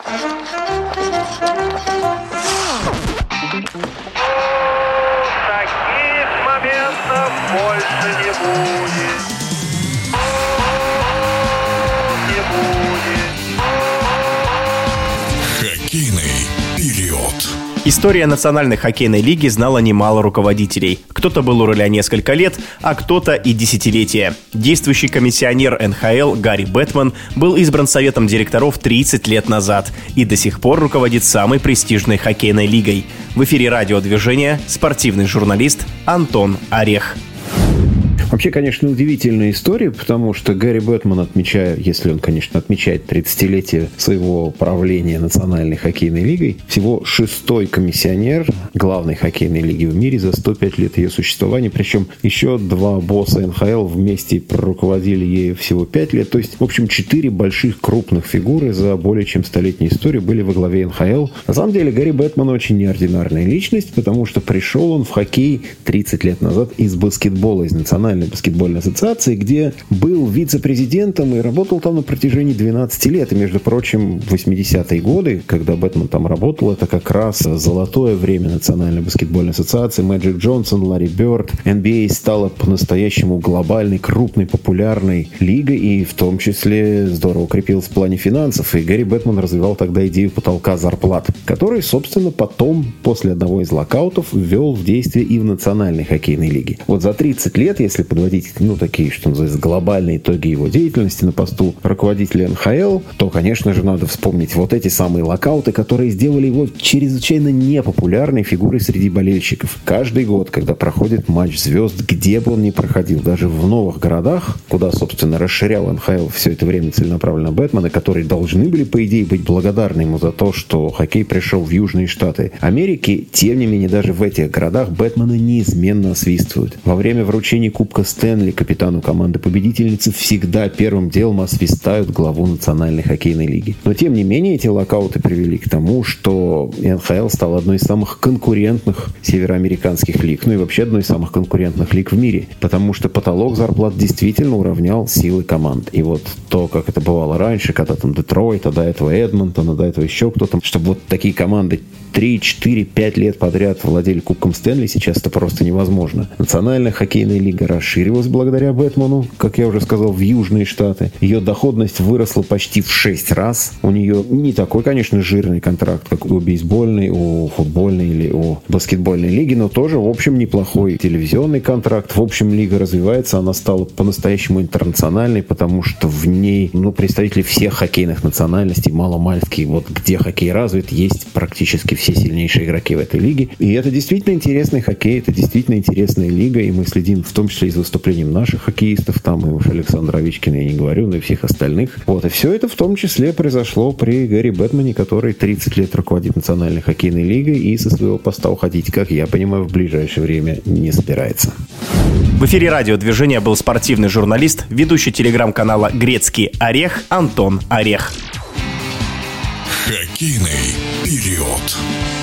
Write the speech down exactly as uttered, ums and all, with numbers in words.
Таких моментов больше не будет. Не будет. Хоккейный период. История Национальной хоккейной лиги знала немало руководителей. Кто-то был у руля несколько лет, а кто-то и десятилетия. Действующий комиссионер эн ха эл Гарри Бэтман был избран советом директоров тридцать лет назад и до сих пор руководит самой престижной хоккейной лигой. В эфире радиодвижения спортивный журналист Антон Орех. Вообще, конечно, удивительная история, потому что Гарри Бэтман, отмечая, если он, конечно, отмечает тридцатилетие своего правления Национальной хоккейной лигой, всего шестой комиссионер главной хоккейной лиги в мире за сто пять лет ее существования. Причем еще два босса эн ха эл вместе руководили ею всего пять лет. То есть, в общем, четыре больших крупных фигуры за более чем столетнюю историю были во главе эн ха эл. На самом деле, Гарри Бэтман очень неординарная личность, потому что пришел он в хоккей тридцать лет назад из баскетбола, из Национальной баскетбольной ассоциации, где был вице-президентом и работал там на протяжении двенадцати лет. И, между прочим, в восьмидесятые годы, когда Бэтман там работал, это как раз золотое время Национальной баскетбольной ассоциации. Мэджик Джонсон, Ларри Бёрд. эн би эй стала по-настоящему глобальной, крупной, популярной лигой и в том числе здорово укрепилась в плане финансов. И Гарри Бэтман развивал тогда идею потолка зарплат, который, собственно, потом, после одного из локаутов, ввел в действие и в Национальной хоккейной лиге. Вот за тридцать лет, если подводить, ну, такие, что называется, глобальные итоги его деятельности на посту руководителя эн ха эл, то, конечно же, надо вспомнить вот эти самые локауты, которые сделали его чрезвычайно непопулярной фигурой среди болельщиков. Каждый год, когда проходит матч звезд, где бы он ни проходил, даже в новых городах, куда, собственно, расширял эн ха эл все это время целенаправленно Бэтмена, которые должны были, по идее, быть благодарны ему за то, что хоккей пришел в Южные Штаты Америки, тем не менее, даже в этих городах Бэтмена неизменно освистывают. Во время вручения Кубка Стэнли капитану команды-победительницы всегда первым делом освистают главу Национальной хоккейной лиги. Но, тем не менее, эти локауты привели к тому, что эн ха эл стала одной из самых конкурентных североамериканских лиг, ну и вообще одной из самых конкурентных лиг в мире, потому что потолок зарплат действительно уравнял силы команд. И вот то, как это бывало раньше, когда там Детройт, а до этого Эдмонтон, а до этого еще кто-то, чтобы вот такие команды три, четыре, пять лет подряд владели Кубком Стэнли, сейчас это просто невозможно. Национальная хоккейная лига расширилась благодаря Бэтмену, как я уже сказал, в Южные Штаты. Ее доходность выросла почти в шесть раз. У нее не такой, конечно, жирный контракт, как у бейсбольной, у футбольной или у баскетбольной лиги, но тоже, в общем, неплохой телевизионный контракт. В общем, лига развивается, она стала по-настоящему интернациональной, потому что в ней, ну, представители всех хоккейных национальностей, маломальские, вот где хоккей развит, есть практически все сильнейшие игроки в этой лиге. И это действительно интересный хоккей, это действительно интересная лига, и мы следим в том числе и за выступлением наших хоккеистов, там и уж Александра Овечкина я не говорю, но и всех остальных. Вот, и все это в том числе произошло при Гарри Бэтмене, который тридцать лет руководит Национальной хоккейной лигой и со своего поста уходить, как я понимаю, в ближайшее время не собирается. В эфире радиодвижения был спортивный журналист, ведущий телеграм-канала «Грецкий Орех» Антон Орех. Хоккейный период.